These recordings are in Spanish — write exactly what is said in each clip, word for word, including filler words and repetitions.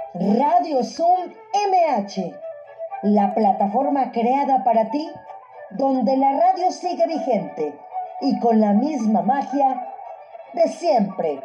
Radio Zoom M H, la plataforma creada para ti, donde la radio sigue vigente y con la misma magia de siempre.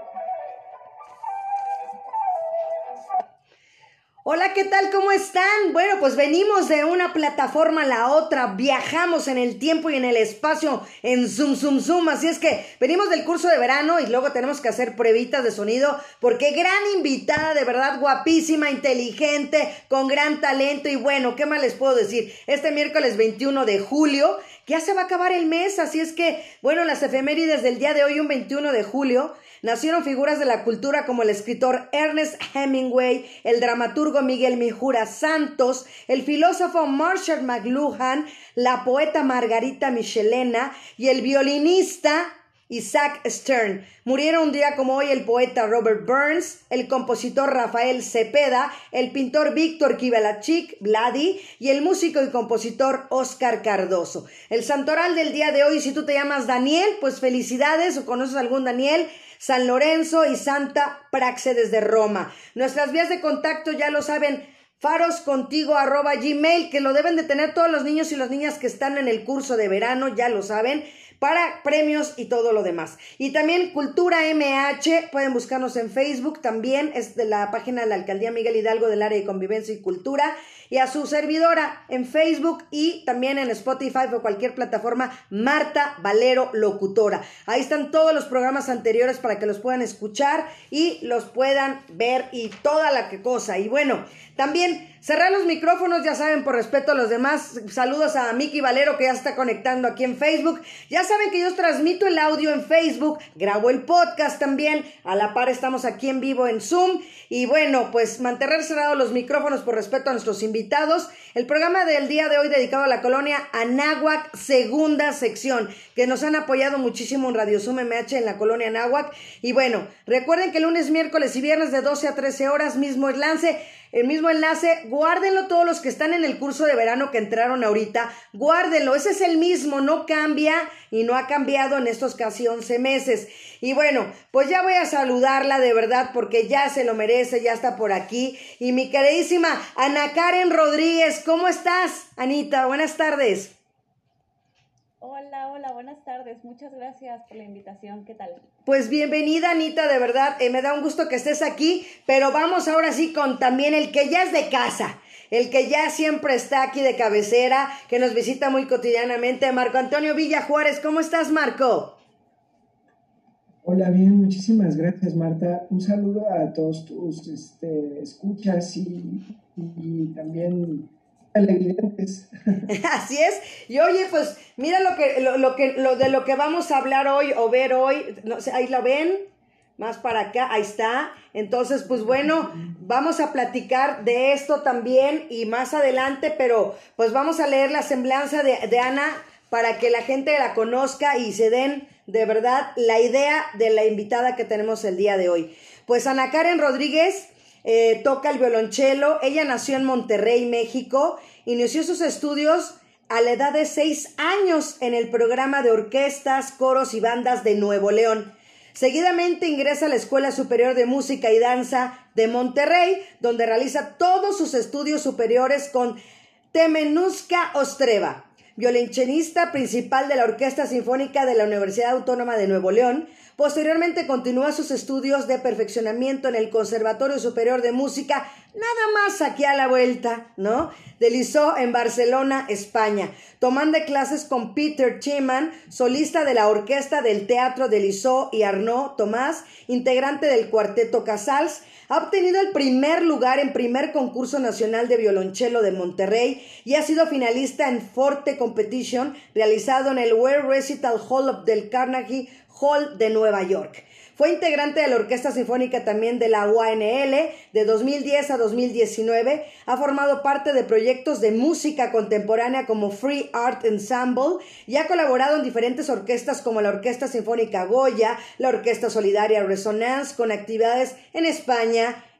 Hola, ¿qué tal? ¿Cómo están? Bueno, pues venimos de una plataforma a la otra, viajamos en el tiempo y en el espacio en Zoom, Zoom, Zoom, así es que venimos del curso de verano y luego tenemos que hacer pruebitas de sonido porque gran invitada, de verdad guapísima, inteligente, con gran talento y bueno, ¿qué más les puedo decir? Este miércoles veintiuno de julio, ya se va a acabar el mes, así es que, bueno, las efemérides del día de hoy, un veintiuno de julio, nacieron figuras de la cultura como el escritor Ernest Hemingway, el dramaturgo Miguel Mijura Santos, el filósofo Marshall McLuhan, la poeta Margarita Michelena y el violinista Isaac Stern. Murieron un día como hoy el poeta Robert Burns, el compositor Rafael Cepeda, el pintor Víctor Kivelachik Vladi y el músico y compositor Óscar Cardoso. El santoral del día de hoy, si tú te llamas Daniel, pues felicidades o conoces algún Daniel, San Lorenzo y Santa Praxe desde Roma. Nuestras vías de contacto ya lo saben, faroscontigo arroba gmail, que lo deben de tener todos los niños y las niñas que están en el curso de verano, ya lo saben, para premios y todo lo demás. Y también Cultura M H, pueden buscarnos en Facebook, también es de la página de la Alcaldía Miguel Hidalgo del área de Convivencia y Cultura, y a su servidora en Facebook y también en Spotify o cualquier plataforma, Marta Valero Locutora. Ahí están todos los programas anteriores para que los puedan escuchar y los puedan ver y toda la que cosa. Y bueno, también cerrar los micrófonos, ya saben, por respeto a los demás. Saludos a Miki Valero que ya está conectando aquí en Facebook. Ya saben que yo transmito el audio en Facebook, grabo el podcast también, a la par estamos aquí en vivo en Zoom. Y bueno, pues mantener cerrados los micrófonos por respeto a nuestros invitados. El programa del día de hoy dedicado a la colonia Anáhuac, segunda sección, que nos han apoyado muchísimo en Radio Zoom M H en la colonia Anáhuac. Y bueno, recuerden que lunes, miércoles y viernes de doce a trece horas, mismo enlace. El mismo enlace, guárdenlo todos los que están en el curso de verano que entraron ahorita, guárdenlo, ese es el mismo, no cambia y no ha cambiado en estos casi once meses. Y bueno, pues ya voy a saludarla de verdad porque ya se lo merece, ya está por aquí. Y mi queridísima Ana Karen Rodríguez, ¿cómo estás, Anita? Buenas tardes. Hola, hola, buenas tardes. Muchas gracias por la invitación. ¿Qué tal? Pues bienvenida, Anita, de verdad. Eh, me da un gusto que estés aquí, pero vamos ahora sí con también el que ya es de casa, el que ya siempre está aquí de cabecera, que nos visita muy cotidianamente, Marco Antonio Villa Juárez. ¿Cómo estás, Marco? Hola, bien, muchísimas gracias, Marta. Un saludo a todos tus este, escuchas y, y también televidentes. Así es. Y oye, pues mira lo que lo, lo que lo de lo que vamos a hablar hoy o ver hoy, no sé, ahí la ven, más para acá, ahí está. Entonces, pues bueno, vamos a platicar de esto también y más adelante, pero pues vamos a leer la semblanza de, de Ana para que la gente la conozca y se den de verdad la idea de la invitada que tenemos el día de hoy. Pues Ana Karen Rodríguez Eh, toca el violonchelo. Ella nació en Monterrey, México. Inició sus estudios a la edad de seis años en el programa de orquestas, coros y bandas de Nuevo León. Seguidamente ingresa a la Escuela Superior de Música y Danza de Monterrey, donde realiza todos sus estudios superiores con Temenuska Ostreva, violonchelista principal de la Orquesta Sinfónica de la Universidad Autónoma de Nuevo León. Posteriormente continúa sus estudios de perfeccionamiento en el Conservatorio Superior de Música, nada más aquí a la vuelta, ¿no?, de Liceo en Barcelona, España, tomando clases con Peter Chiman, solista de la orquesta del Teatro de Liceo, y Arnaud Tomás, integrante del Cuarteto Casals. Ha obtenido el primer lugar en primer concurso nacional de violonchelo de Monterrey y ha sido finalista en Forte Competition, realizado en el World Recital Hall del Carnegie Hall de Nueva York. Fue integrante de la Orquesta Sinfónica también de la U A N L de dos mil diez a dos mil diecinueve. Ha formado parte de proyectos de música contemporánea como Free Art Ensemble y ha colaborado en diferentes orquestas como la Orquesta Sinfónica Goya, la Orquesta Solidaria Resonance, con actividades en España,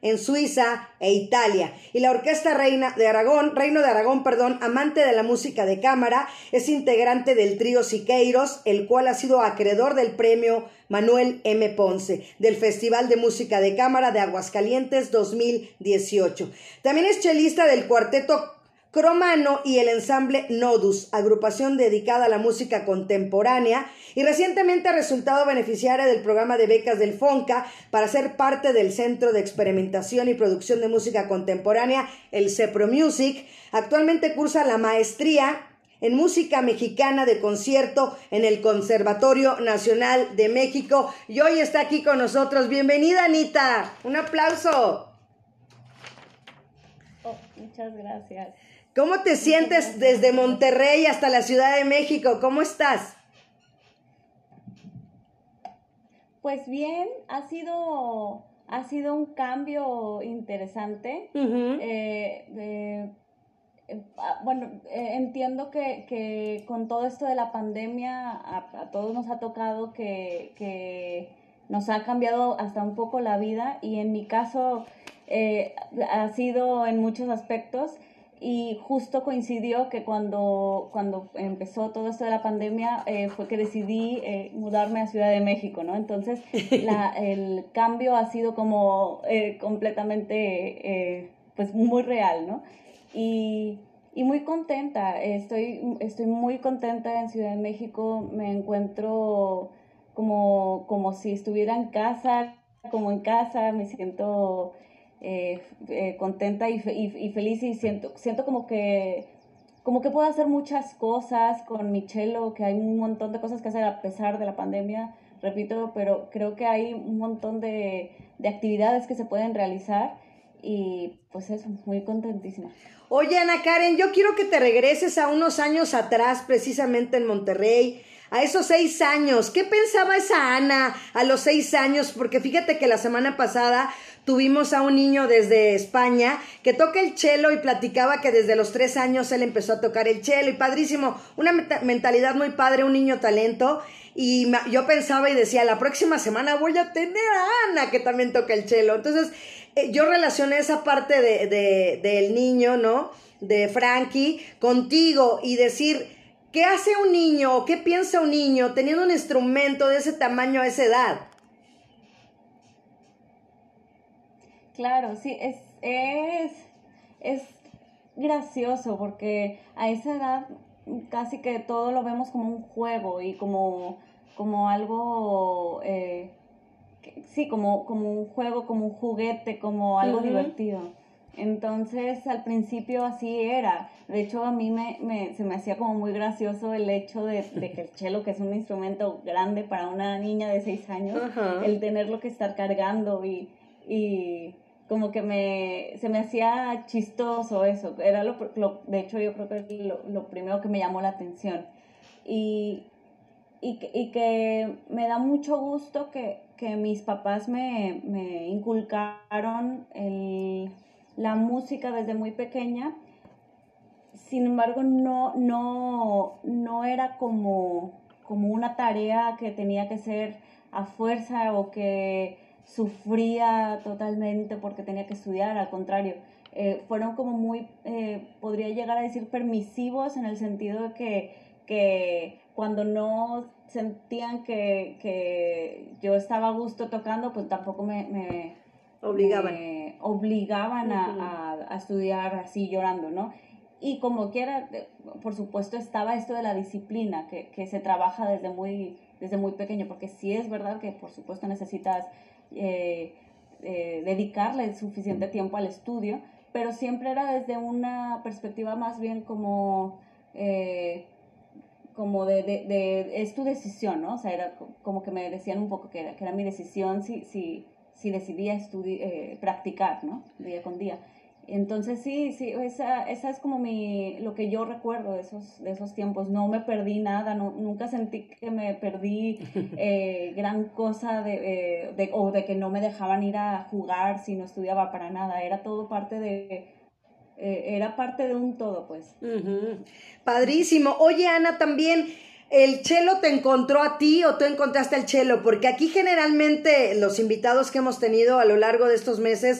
en Suiza e Italia. Y la Orquesta Reina de Aragón, Reino de Aragón, perdón, amante de la música de cámara, es integrante del trío Siqueiros, el cual ha sido acreedor del premio Manuel M. Ponce del Festival de Música de Cámara de Aguascalientes dos mil dieciocho. También es chelista del cuarteto Cromano y el ensamble Nodus, agrupación dedicada a la música contemporánea, y recientemente ha resultado beneficiaria del programa de becas del FONCA para ser parte del Centro de Experimentación y Producción de Música Contemporánea, el CEPRO Music. Actualmente cursa la maestría en música mexicana de concierto en el Conservatorio Nacional de México, y hoy está aquí con nosotros. Bienvenida, Anita. Un aplauso. Oh, muchas gracias. ¿Cómo te sientes desde Monterrey hasta la Ciudad de México? ¿Cómo estás? Pues bien, ha sido, ha sido un cambio interesante. Uh-huh. eh, eh, eh, bueno, eh, entiendo que, que con todo esto de la pandemia a, a todos nos ha tocado que, que nos ha cambiado hasta un poco la vida, y en mi caso eh, ha sido en muchos aspectos. Y justo coincidió que cuando, cuando empezó todo esto de la pandemia eh, fue que decidí eh, mudarme a Ciudad de México, ¿no? Entonces la, el cambio ha sido como eh, completamente, eh, pues muy real, ¿no? Y, y muy contenta, estoy, estoy muy contenta en Ciudad de México, me encuentro como, como si estuviera en casa, como en casa, me siento Eh, eh, contenta y, fe, y, y feliz, y siento, siento como que como que puedo hacer muchas cosas con mi cello, que hay un montón de cosas que hacer a pesar de la pandemia, repito, pero creo que hay un montón de, de actividades que se pueden realizar, y pues eso, muy contentísima. Oye, Ana Karen, yo quiero que te regreses a unos años atrás, precisamente en Monterrey, a esos seis años. ¿Qué pensaba esa Ana a los seis años? Porque fíjate que la semana pasada tuvimos a un niño desde España que toca el cello y platicaba que desde los tres años él empezó a tocar el cello, y padrísimo, una mentalidad muy padre, un niño talento. Y yo pensaba y decía, la próxima semana voy a tener a Ana que también toca el cello. Entonces eh, yo relacioné esa parte de, de, del niño, ¿no? De Frankie contigo, y decir, ¿qué hace un niño o qué piensa un niño teniendo un instrumento de ese tamaño a esa edad? Claro, sí, es, es, es gracioso porque a esa edad casi que todo lo vemos como un juego y como, como algo, eh, que, sí, como, como un juego, como un juguete, como algo uh-huh. divertido. Entonces, al principio así era. De hecho, a mí me, me, se me hacía como muy gracioso el hecho de, de que el cello, que es un instrumento grande para una niña de seis años, uh-huh. el tenerlo que estar cargando y... y como que me, se me hacía chistoso eso, era lo, lo de hecho yo creo que lo, lo primero que me llamó la atención, y, y, y que me da mucho gusto que, que mis papás me, me inculcaron el, la música desde muy pequeña. Sin embargo no, no, no era como, como una tarea que tenía que ser a fuerza o que sufría totalmente porque tenía que estudiar, al contrario, eh, fueron como muy, eh, podría llegar a decir permisivos, en el sentido de que, que cuando no sentían que, que yo estaba a gusto tocando, pues tampoco me, me obligaban, me obligaban uh-huh. a, a, a estudiar así llorando, ¿no? Y como quiera, por supuesto estaba esto de la disciplina, que, que se trabaja desde muy, desde muy pequeño, porque sí es verdad que por supuesto necesitas Eh, eh, dedicarle suficiente tiempo al estudio, pero siempre era desde una perspectiva más bien como eh, como de, de, de es tu decisión, ¿no? O sea, era como que me decían un poco que era, que era mi decisión si, si, si decidía estudi- eh, practicar, ¿no? Día con día. Entonces sí, sí, esa, esa es como mi, lo que yo recuerdo de esos, de esos tiempos. No me perdí nada, no, nunca sentí que me perdí eh, gran cosa de, eh, de, o de que no me dejaban ir a jugar si no estudiaba para nada. Era todo parte de, eh, era parte de un todo, pues. Uh-huh. Padrísimo. Oye, Ana, también, ¿el cello te encontró a ti o tú encontraste al cello? Porque aquí generalmente los invitados que hemos tenido a lo largo de estos meses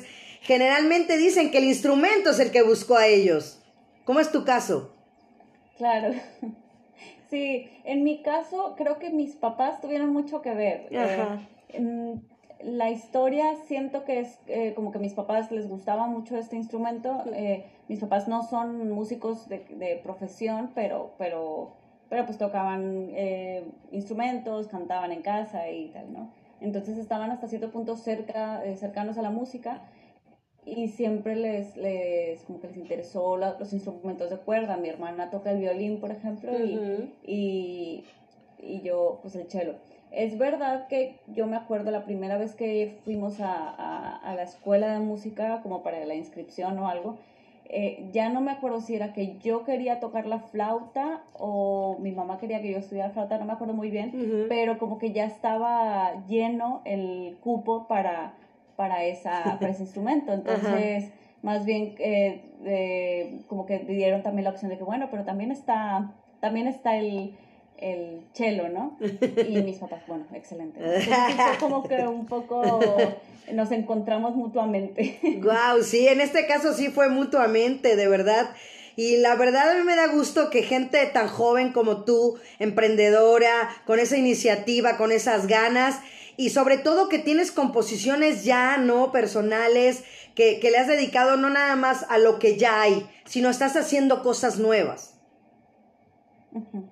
generalmente dicen que el instrumento es el que buscó a ellos. ¿Cómo es tu caso? Claro. Sí, en mi caso creo que mis papás tuvieron mucho que ver. Ajá. Eh, en la historia siento que es eh, como que a mis papás les gustaba mucho este instrumento. Eh, mis papás no son músicos de, de profesión, pero, pero, pero pues tocaban eh, instrumentos, cantaban en casa y tal, ¿no? Entonces estaban hasta cierto punto cerca, eh, cercanos a la música. Y siempre les, les, como que les interesó la, los instrumentos de cuerda. Mi hermana toca el violín, por ejemplo, uh-huh. y, y, y yo, pues el cello. Es verdad que yo me acuerdo la primera vez que fuimos a, a, a la escuela de música, como para la inscripción o algo, eh, ya no me acuerdo si era que yo quería tocar la flauta o mi mamá quería que yo estudiara flauta, no me acuerdo muy bien, uh-huh. pero como que ya estaba lleno el cupo para... para, esa, para ese instrumento, entonces Ajá. más bien eh, eh, como que dieron también la opción de que bueno, pero también está también está el, el cello, ¿no? Y mis papás, bueno, excelente. Entonces fue como que un poco nos encontramos mutuamente. Wow, sí, en este caso sí fue mutuamente, de verdad. Y la verdad a mí me da gusto que gente tan joven como tú, emprendedora, con esa iniciativa, con esas ganas, y sobre todo que tienes composiciones ya, ¿no? Personales, que, que le has dedicado no nada más a lo que ya hay, sino estás haciendo cosas nuevas. Uh-huh.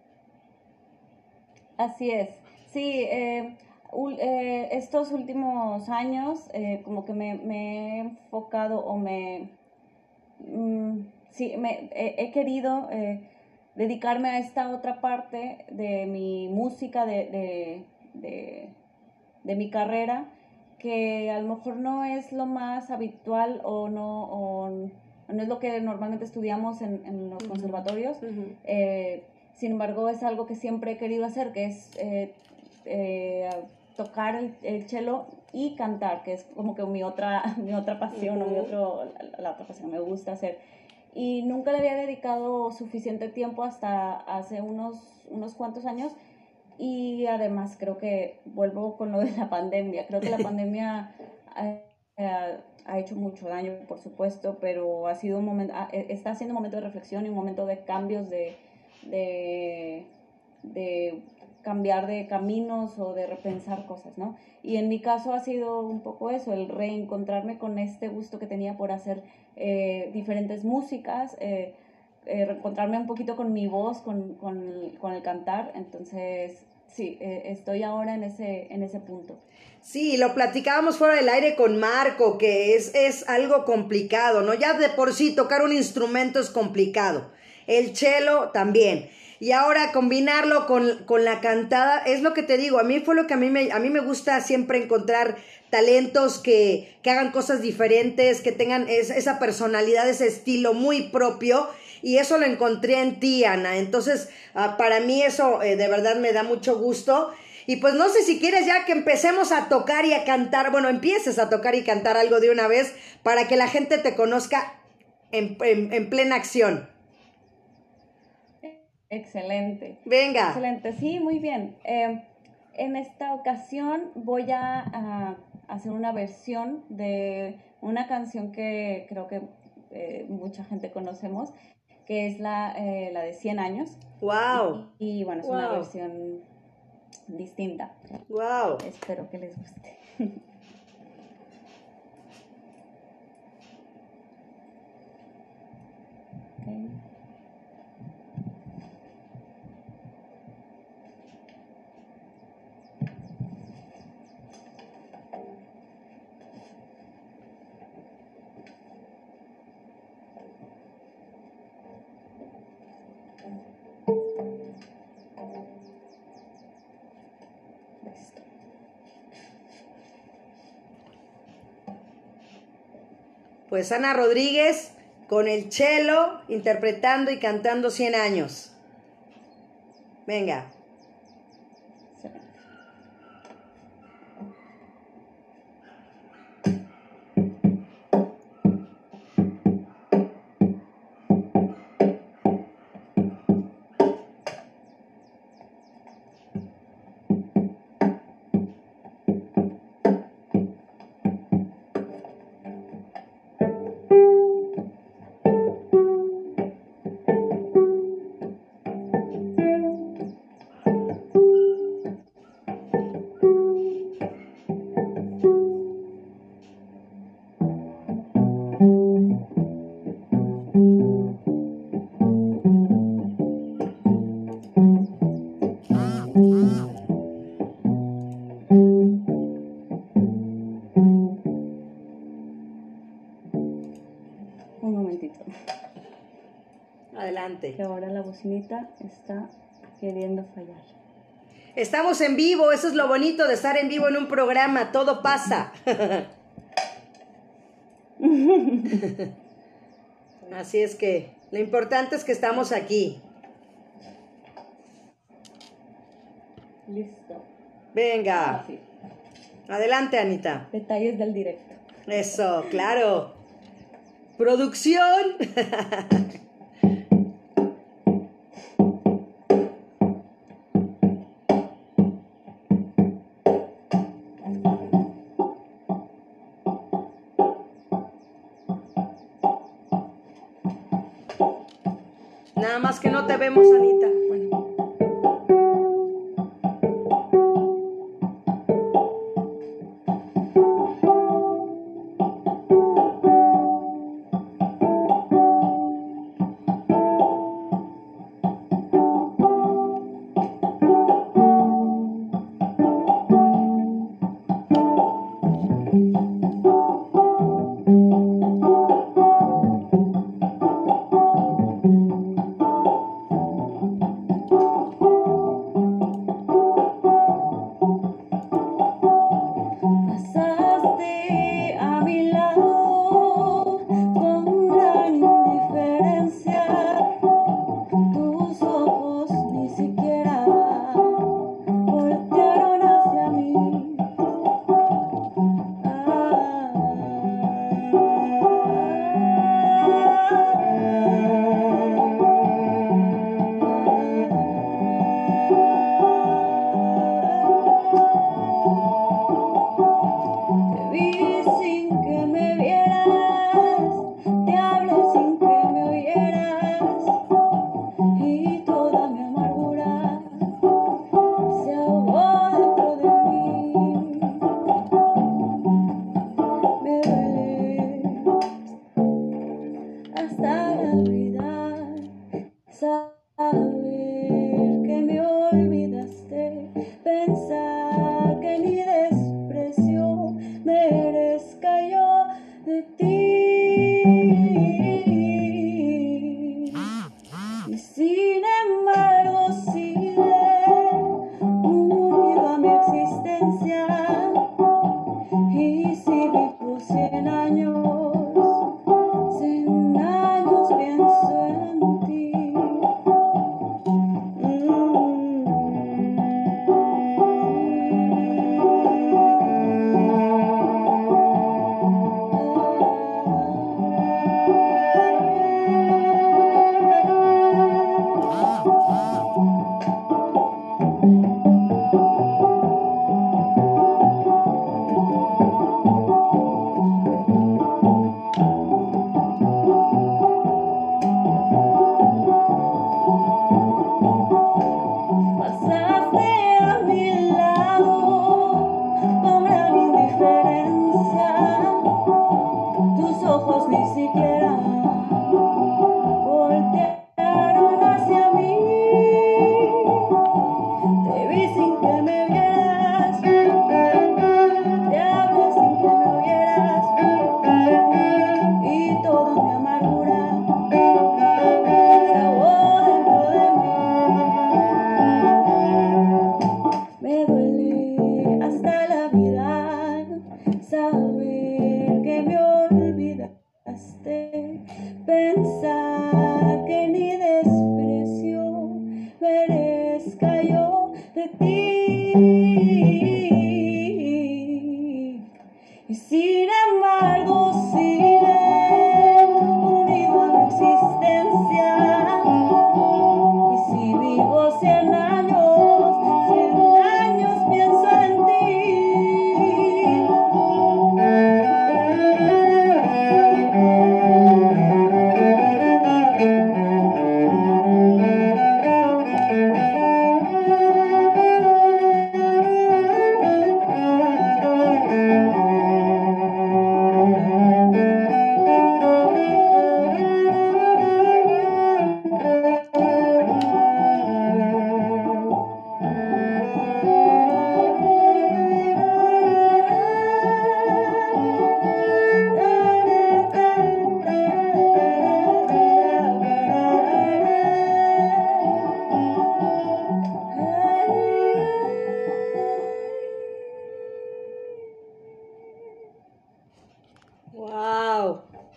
Así es. Sí, eh, ul, eh, estos últimos años eh, como que me, me he enfocado o me... Mm, sí, me, he, he querido eh, dedicarme a esta otra parte de mi música, de... de, de de mi carrera, que a lo mejor no es lo más habitual o no, o no es lo que normalmente estudiamos en, en los uh-huh. conservatorios. Uh-huh. Eh, sin embargo, es algo que siempre he querido hacer, que es eh, eh, tocar el, el cello y cantar, que es como que mi otra, mi otra pasión, uh-huh. o mi otro, la, la otra pasión, me gusta hacer. Y nunca le había dedicado suficiente tiempo hasta hace unos, unos cuantos años. Y además creo que vuelvo con lo de la pandemia. Creo que la pandemia ha, ha hecho mucho daño, por supuesto, pero ha sido un momento, está siendo un momento de reflexión y un momento de cambios, de, de, de cambiar de caminos o de repensar cosas, ¿no? Y en mi caso ha sido un poco eso, el reencontrarme con este gusto que tenía por hacer eh, diferentes músicas, eh, Eh, reencontrarme un poquito con mi voz, con, con, el, con el cantar, entonces sí, eh, estoy ahora en ese, en ese punto. Sí, lo platicábamos fuera del aire con Marco, que es, es algo complicado, ¿no? Ya de por sí tocar un instrumento es complicado, el cello también, y ahora combinarlo con, con la cantada, es lo que te digo, a mí fue lo que a mí me, a mí me gusta siempre encontrar talentos que, que hagan cosas diferentes, que tengan es, esa personalidad, ese estilo muy propio. Y eso lo encontré en ti, Ana. Entonces, uh, para mí eso eh, de verdad me da mucho gusto. Y pues no sé si quieres ya que empecemos a tocar y a cantar, bueno, empieces a tocar y cantar algo de una vez para que la gente te conozca en, en, en plena acción. Excelente. Venga. Excelente, sí, muy bien. Eh, en esta ocasión voy a, a hacer una versión de una canción que creo que eh, mucha gente conocemos, que es la, eh, la de cien años. Wow. Y, y bueno, es wow. una versión distinta. Wow. Espero que les guste. Okay. Pues Ana Rodríguez con el cello interpretando y cantando cien años. Venga. Un momentito. Adelante. Que ahora la bocinita está queriendo fallar. Estamos en vivo, eso es lo bonito de estar en vivo en un programa, todo pasa. Así es que lo importante es que estamos aquí. Listo. Venga. Así. Adelante, Anita. Detalles del directo. Eso, claro. Producción. Nada más que no te vemos, Anita. Bueno.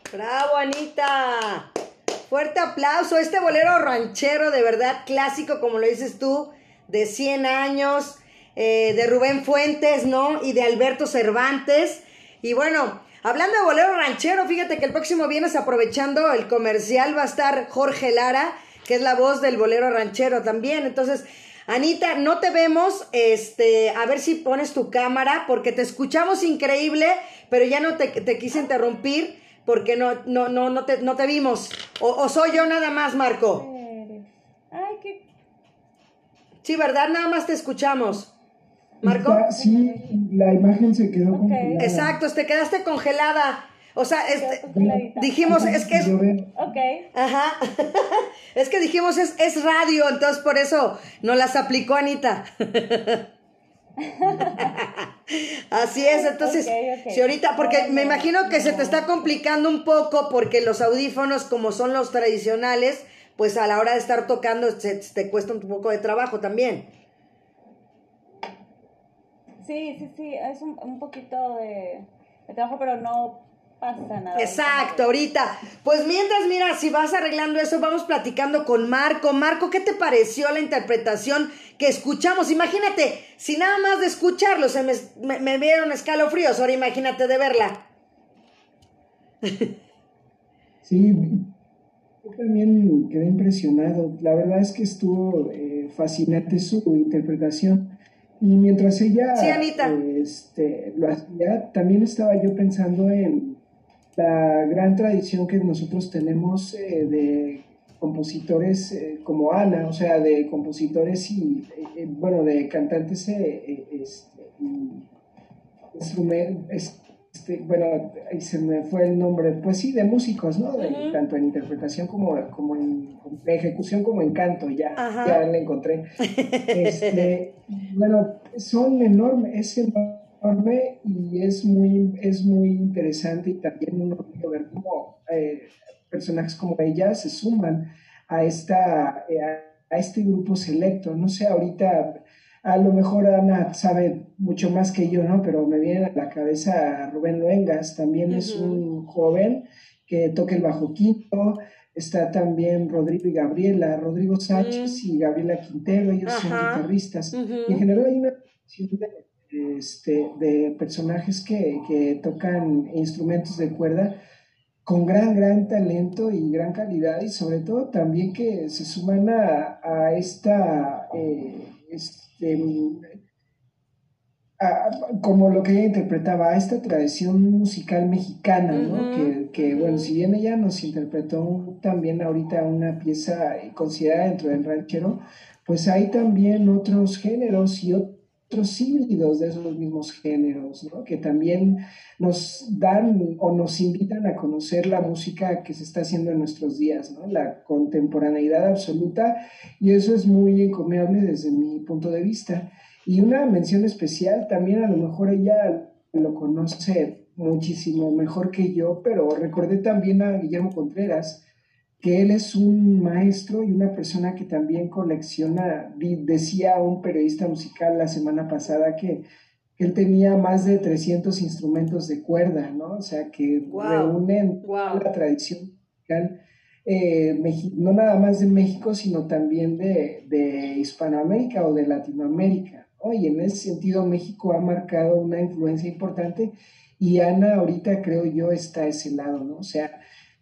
Bravo, Anita. Fuerte aplauso. Este bolero ranchero de verdad clásico, como lo dices tú, de cien años, eh, de Rubén Fuentes, ¿no? Y de Alberto Cervantes. Y bueno, hablando de bolero ranchero, fíjate que el próximo viernes, aprovechando el comercial, va a estar Jorge Lara, que es la voz del bolero ranchero también. Entonces, Anita, no te vemos, este, a ver si pones tu cámara, porque te escuchamos increíble, pero ya no te, te quise interrumpir, porque no, no, no, no te, no te vimos. O, o soy yo nada más, Marco. Ay, qué... Sí, ¿verdad? Nada más te escuchamos. ¿Marco? Está, sí, la imagen se quedó Ok. congelada. Exacto, te quedaste congelada. O sea, este, congeladita. dijimos, es que es... Ok. Ajá. Es que dijimos, es, es radio, entonces por eso nos las aplicó Anita. Así es, entonces, Okay, okay. si ahorita, porque No, me no, imagino que no. se te está complicando un poco, porque los audífonos, como son los tradicionales, pues a la hora de estar tocando se, te cuesta un poco de trabajo también. Sí, sí, sí, es un, un poquito de, de trabajo, pero no pasa nada. Exacto, ahorita. Pues mientras, mira, si vas arreglando eso, vamos platicando con Marco. Marco, ¿qué te pareció la interpretación que escuchamos? Imagínate, si nada más de escucharlo se me, me, me dieron escalofríos, ahora imagínate de verla. Sí, yo también quedé impresionado. La verdad es que estuvo eh, fascinante su interpretación. Y mientras ella Sí, Anita. eh, este, lo hacía, también estaba yo pensando en la gran tradición que nosotros tenemos eh, de compositores eh, como Ana, o sea, de compositores y, eh, bueno, de cantantes eh, eh, este, y instrumentos. Este, bueno, ahí se me fue el nombre, pues sí, de músicos, ¿no? De, Uh-huh. Tanto en interpretación como, como en, en ejecución como en canto, ya, Ajá. ya la encontré. Este, bueno, son enormes, es enorme y es muy, es muy interesante, y también uno puede ver cómo eh, personajes como ella se suman a, esta, eh, a, a este grupo selecto. No sé, ahorita... A lo mejor Ana sabe mucho más que yo, ¿no? Pero me viene a la cabeza Rubén Luengas, también uh-huh. es un joven que toca el bajo quinto. Está también Rodrigo y Gabriela, Rodrigo Sánchez uh-huh. y Gabriela Quintero, ellos uh-huh. son guitarristas. Uh-huh. Y en general hay una selección de, este, de personajes que, que tocan instrumentos de cuerda con gran, gran talento y gran calidad, y sobre todo también que se suman a, a esta... Eh, este, a, como lo que ella interpretaba, a esta tradición musical mexicana, ¿no? Uh-huh, que, que uh-huh. bueno, si bien ella nos interpretó también ahorita una pieza considerada dentro del ranchero, pues hay también otros géneros y otros híbridos de esos mismos géneros, ¿no? Que también nos dan o nos invitan a conocer la música que se está haciendo en nuestros días, ¿no? La contemporaneidad absoluta, y eso es muy encomiable desde mi punto de vista. Y una mención especial, también a lo mejor ella lo conoce muchísimo mejor que yo, pero recordé también a Guillermo Contreras, que él es un maestro y una persona que también colecciona. Decía un periodista musical la semana pasada que él tenía más de trescientos instrumentos de cuerda, ¿no? O sea, que wow. reúnen wow. la tradición musical, eh, no nada más de México, sino también de, de Hispanoamérica o de Latinoamérica. Y en ese sentido México ha marcado una influencia importante, y Ana ahorita creo yo está a ese lado, ¿no? O sea,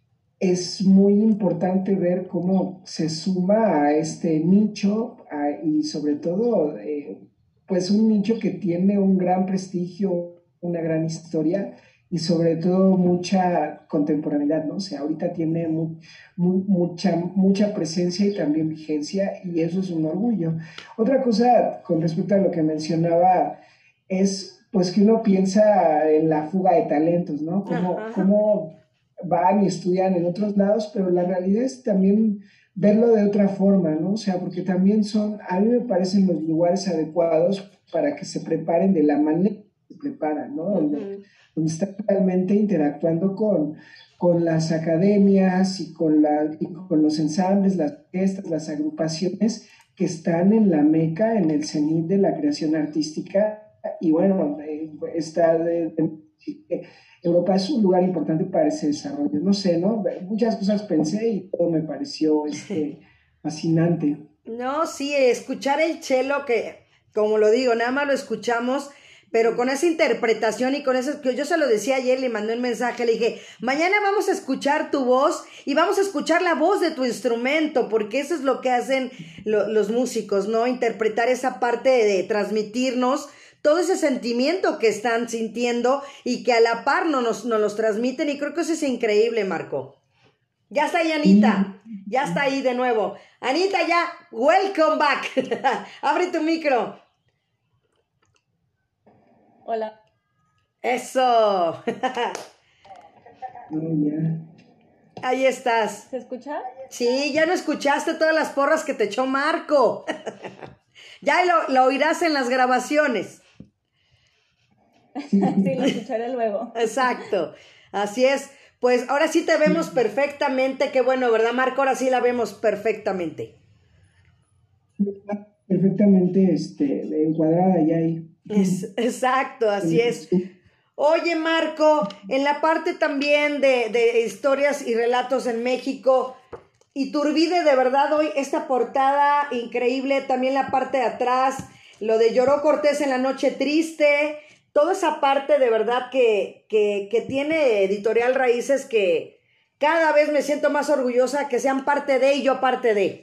es muy importante ver cómo se suma a este nicho a, y sobre todo eh, pues un nicho que tiene un gran prestigio, una gran historia y sobre todo mucha contemporaneidad, ¿no? O sea, ahorita tiene mu, mu, mucha, mucha presencia y también vigencia, y eso es un orgullo. Otra cosa con respecto a lo que mencionaba es pues que uno piensa en la fuga de talentos, ¿no? Cómo, cómo van y estudian en otros lados, pero la realidad es también verlo de otra forma, ¿no? O sea, porque también son, a mí me parecen los lugares adecuados para que se preparen de la manera que se preparan, ¿no? Donde, uh-huh. donde están realmente interactuando con, con las academias y con, la, y con los ensambles, las orquestas, las agrupaciones que están en la meca, en el cenit de la creación artística. Y bueno, eh, está de, de, Europa es un lugar importante para ese desarrollo. No sé, ¿no? Muchas cosas pensé y todo me pareció este, fascinante. No, sí, escuchar el cello que, como lo digo, nada más lo escuchamos, pero con esa interpretación y con eso, que yo se lo decía ayer, le mandé un mensaje, le dije, mañana vamos a escuchar tu voz y vamos a escuchar la voz de tu instrumento, porque eso es lo que hacen lo, los músicos, ¿no? Interpretar esa parte de, de transmitirnos todo ese sentimiento que están sintiendo y que a la par no nos, nos los transmiten, y creo que eso es increíble, Marco. Ya está ahí, Anita, ya está ahí de nuevo. Anita, ya, welcome back. Abre tu micro. Hola. Eso. No, ya. Ahí estás. ¿Se escucha? Sí, ya no escuchaste todas las porras que te echó Marco. Ya lo, lo oirás en las grabaciones. Sí, lo escucharé luego. Exacto, así es. Pues ahora sí te vemos perfectamente, qué bueno, ¿verdad, Marco? Ahora sí la vemos perfectamente. Perfectamente este, encuadrada ya ahí. Es, exacto, así es. Oye, Marco, en la parte también de, de historias y relatos en México, Iturbide, de verdad, hoy esta portada increíble, también la parte de atrás, lo de Lloró Cortés en la noche triste, toda esa parte de verdad que, que, que tiene Editorial Raíces, que cada vez me siento más orgullosa que sean parte de y yo parte de.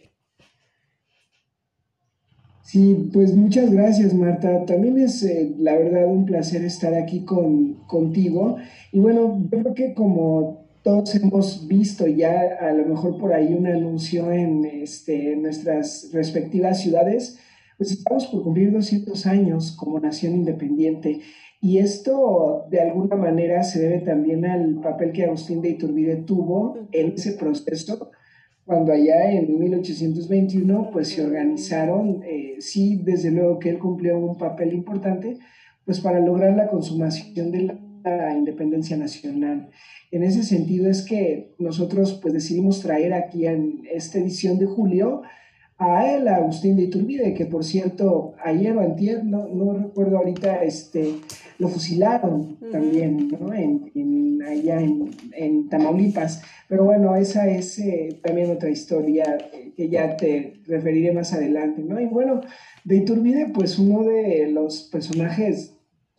Sí, pues muchas gracias, Marta. También es, eh, la verdad, un placer estar aquí con, contigo. Y bueno, yo creo que como todos hemos visto ya, a lo mejor por ahí un anuncio en, este, en nuestras respectivas ciudades, pues estamos por cumplir doscientos años como nación independiente. Y esto, de alguna manera, se debe también al papel que Agustín de Iturbide tuvo en ese proceso cuando allá en mil ochocientos veintiuno pues se organizaron, eh, sí, desde luego que él cumplió un papel importante, pues para lograr la consumación de la, la independencia nacional. En ese sentido es que nosotros pues decidimos traer aquí en esta edición de julio a él, a Agustín de Iturbide, que por cierto, ayer o antier, no, no recuerdo ahorita, este, lo fusilaron uh-huh. también, ¿no? En, en, allá en, en Tamaulipas. Pero bueno, esa es eh, también otra historia eh, que ya te referiré más adelante, ¿no? Y bueno, de Iturbide, pues uno de los personajes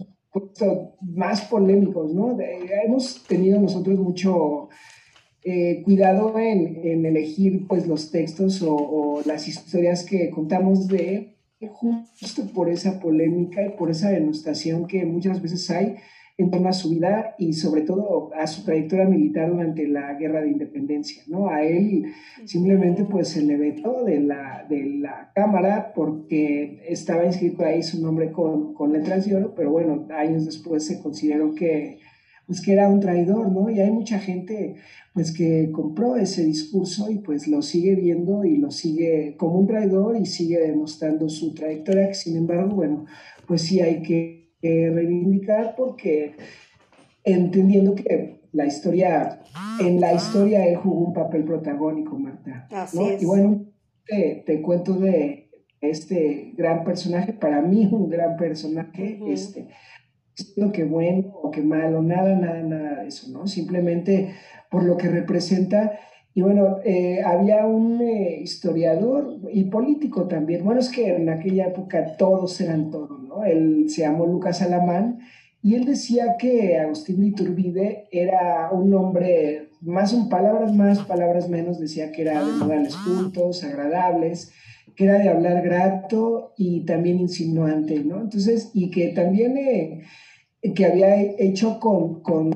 más polémicos, ¿no? De, hemos tenido nosotros mucho... Eh, cuidado en, en elegir pues los textos o, o las historias que contamos de justo por esa polémica y por esa denostación que muchas veces hay en torno a su vida y sobre todo a su trayectoria militar durante la Guerra de Independencia, ¿no? A él simplemente pues se le vetó de la, de la Cámara porque estaba inscrito ahí su nombre con, con letras de oro, pero bueno, años después se consideró que pues que era un traidor, ¿no? Y hay mucha gente, pues, que compró ese discurso y, pues, lo sigue viendo y lo sigue como un traidor y sigue demostrando su trayectoria, que, sin embargo, bueno, pues sí hay que, que reivindicar porque entendiendo que la historia, en la historia él jugó un papel protagónico, Marta, ¿no? Así es. Y bueno, te, te cuento de este gran personaje, para mí un gran personaje, uh-huh. este... lo que bueno o que malo, nada, nada, nada de eso, ¿no? Simplemente por lo que representa. Y bueno, eh, había un eh, historiador y político también. Bueno, es que en aquella época todos eran todos, ¿no? Él se llamó Lucas Alamán y él decía que Agustín de Iturbide era un hombre, más un palabras más, palabras menos, decía que era de modales cultos, agradables, que era de hablar grato y también insinuante, ¿no? Entonces, y que también eh, que había hecho con, con,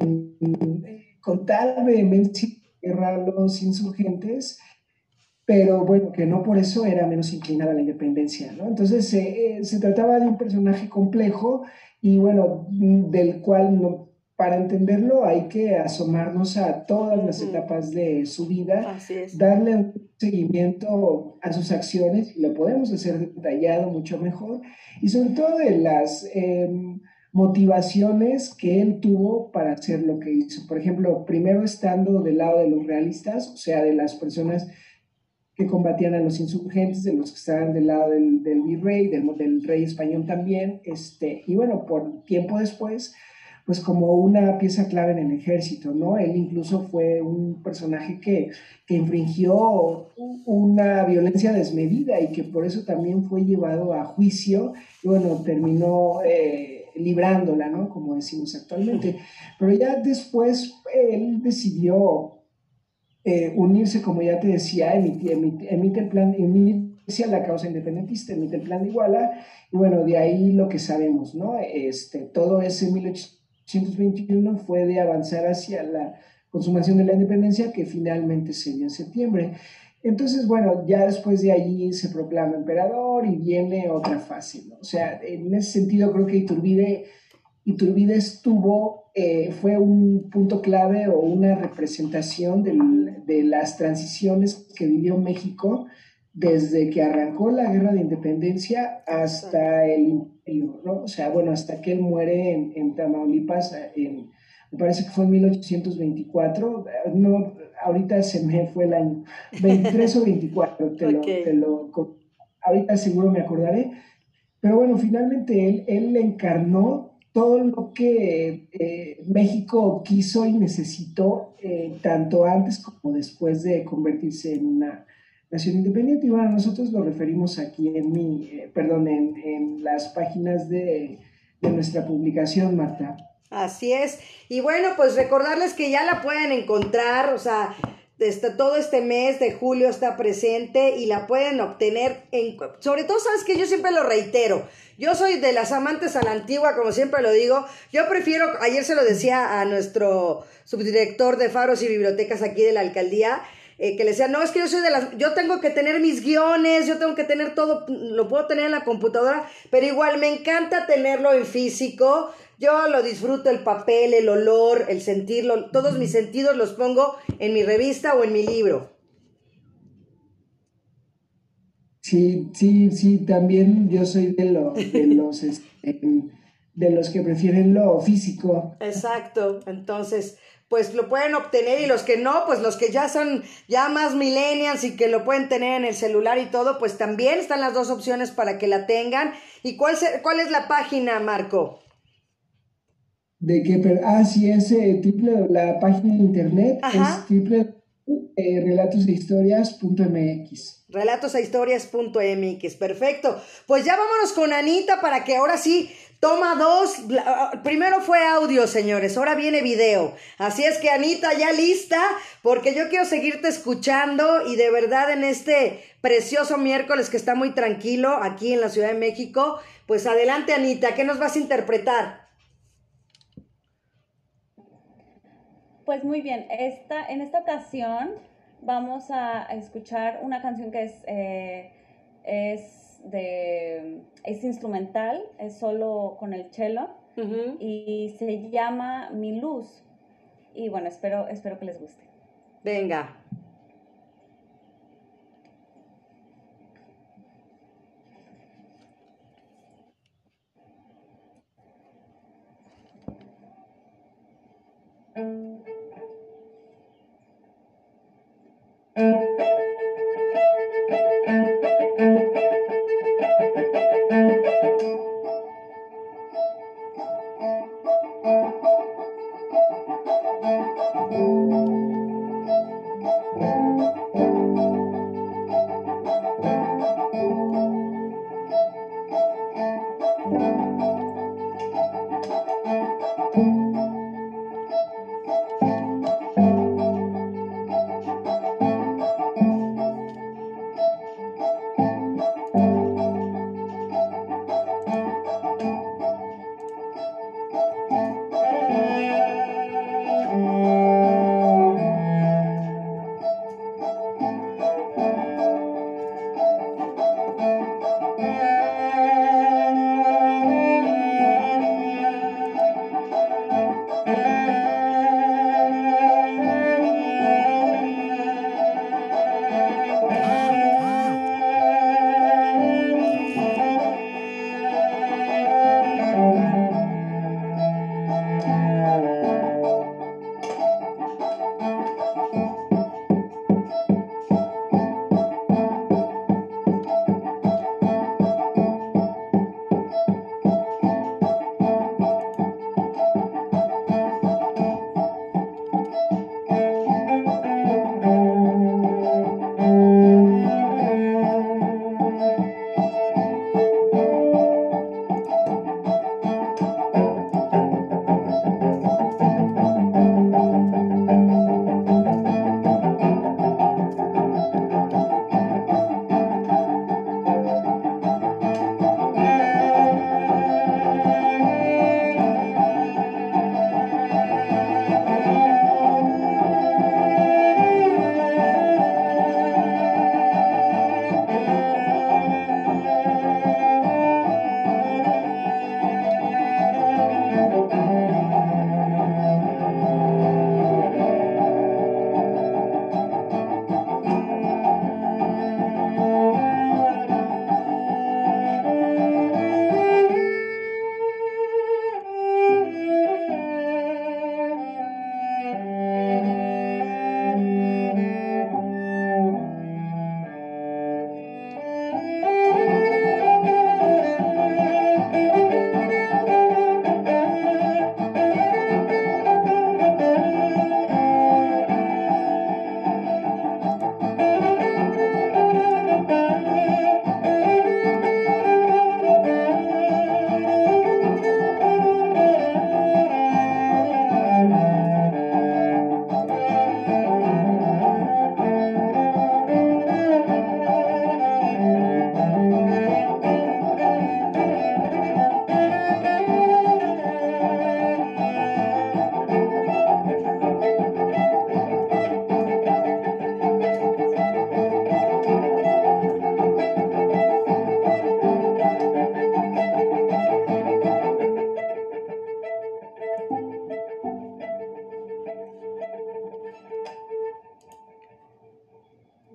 con tal vehemencia guerra a los insurgentes, pero bueno, que no por eso era menos inclinada a la independencia, ¿no? Entonces, eh, se trataba de un personaje complejo y bueno, del cual no, para entenderlo hay que asomarnos a todas las etapas de su vida, darle un seguimiento a sus acciones, y lo podemos hacer detallado mucho mejor, y sobre todo de las eh, motivaciones que él tuvo para hacer lo que hizo. Por ejemplo, primero estando del lado de los realistas, o sea, de las personas que combatían a los insurgentes, de los que estaban del lado del, del virrey, del, del rey español también, este, y bueno, por tiempo después, pues como una pieza clave en el ejército, ¿no? Él incluso fue un personaje que, que infringió una violencia desmedida y que por eso también fue llevado a juicio y bueno, terminó eh, librándola, ¿no? Como decimos actualmente. Pero ya después él decidió eh, unirse, como ya te decía, emite, emite, emite el plan, inicia la causa independentista, emite el plan de Iguala, y bueno, de ahí lo que sabemos, ¿no? Este, todo ese mil ochocientos veintiuno fue de avanzar hacia la consumación de la independencia que finalmente se dio en septiembre. Entonces, bueno, ya después de allí se proclama emperador y viene otra fase, ¿no? O sea, en ese sentido creo que Iturbide Iturbide estuvo, eh, fue un punto clave o una representación del, de las transiciones que vivió México desde que arrancó la guerra de independencia hasta el imperio, ¿no? O sea, bueno, hasta que él muere en, en Tamaulipas, en, me parece que fue en mil ochocientos veinticuatro, no, ahorita se me fue el año, veintitrés o veinticuatro, te, okay. lo, te lo, ahorita seguro me acordaré, pero bueno, finalmente él, él encarnó todo lo que eh, México quiso y necesitó, eh, tanto antes como después de convertirse en una nación independiente. Y bueno, nosotros lo referimos aquí en mi, eh, perdón, en, en las páginas de, de nuestra publicación, Marta. Así es. Y bueno, pues recordarles que ya la pueden encontrar, o sea, Este, todo este mes de julio está presente y la pueden obtener en, sobre todo, sabes que yo siempre lo reitero, yo soy de las amantes a la antigua, como siempre lo digo, yo prefiero, ayer se lo decía a nuestro subdirector de faros y bibliotecas aquí de la alcaldía, eh, que le decía, no, es que yo soy de las, yo tengo que tener mis guiones, yo tengo que tener todo, lo puedo tener en la computadora, pero igual me encanta tenerlo en físico. Yo lo disfruto, el papel, el olor, el sentirlo, todos mis sentidos los pongo en mi revista o en mi libro. Sí, sí, sí, también yo soy de, lo, de, los, este, de los que prefieren lo físico. Exacto, entonces, pues lo pueden obtener y los que no, pues los que ya son ya más millennials y que lo pueden tener en el celular y todo, pues también están las dos opciones para que la tengan. ¿Y cuál, se, cuál es la página, Marco? De que, ah, sí, es eh, triple, la página de internet. Ajá. Es triple eh, relatos e historias punto m x. relatos e historias punto m x, perfecto. Pues ya vámonos con Anita para que ahora sí, toma dos. Primero fue audio, señores, ahora viene video. Así es que Anita, ya lista, porque yo quiero seguirte escuchando y de verdad en este precioso miércoles que está muy tranquilo aquí en la Ciudad de México, pues adelante, Anita, ¿qué nos vas a interpretar? Pues muy bien, esta, en esta ocasión vamos a, a escuchar una canción que es, eh, es, de, es instrumental, es solo con el cello, uh-huh. Y se llama Mi Luz. Y bueno, espero, espero que les guste. Venga.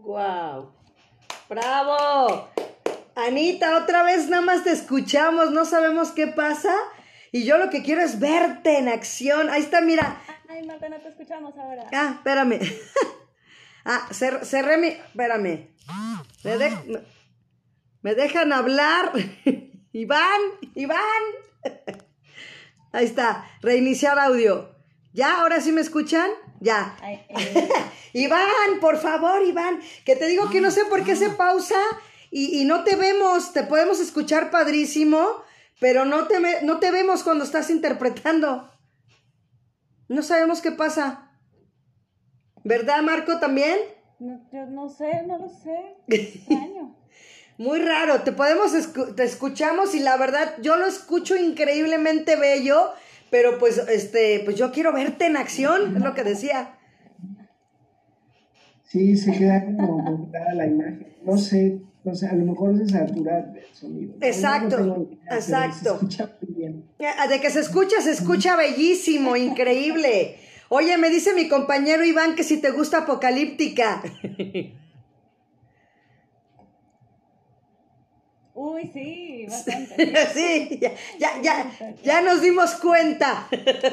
¡Guau! ¡Bravo! Anita, otra vez nada más te escuchamos, no sabemos qué pasa. Y yo lo que quiero es verte en acción. Ahí está, mira. Ay, Marta, no te escuchamos ahora. Ah, espérame. Ah, cer cerré mi... Espérame. Me, de me dejan hablar. Iván, Iván. Ahí está, reiniciar audio. ¿Ya? ¿Ahora sí me escuchan? Ya. Ay, eh. Iván, por favor, Iván, que te digo que no sé por qué se pausa y, y no te vemos. Te podemos escuchar padrísimo, pero no te, no te vemos cuando estás interpretando. No sabemos qué pasa. ¿Verdad, Marco, también? No, yo no sé, no lo sé. Extraño. Muy raro, te podemos, escu te escuchamos y la verdad yo lo escucho increíblemente bello, pero pues, este, pues yo quiero verte en acción, es lo que decía. Sí, se queda como montada la imagen, no sé, no sé, a lo mejor se satura el sonido. Exacto, no tengo idea, exacto. Se escucha muy bien. De que se escucha, se escucha bellísimo, increíble. Oye, me dice mi compañero Iván que si te gusta Apocalíptica. Uy, sí, bastante. Sí, ya, ya, ya, ya nos dimos cuenta.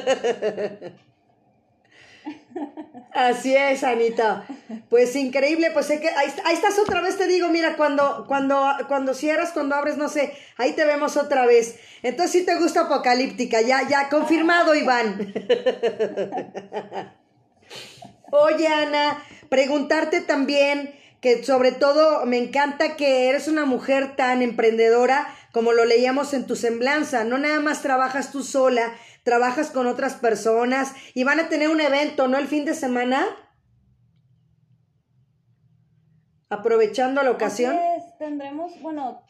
Así es, Anita. Pues increíble, pues sé que ahí, ahí estás otra vez, te digo, mira, cuando, cuando, cuando cierras, cuando abres, no sé, ahí te vemos otra vez. Entonces sí te gusta Apocalíptica, ya, ya, confirmado, Iván. Oye, Ana, preguntarte también, que sobre todo me encanta que eres una mujer tan emprendedora como lo leíamos en tu semblanza. No nada más trabajas tú sola, trabajas con otras personas y van a tener un evento, ¿no? El fin de semana. Aprovechando la ocasión. Así es, tendremos, bueno,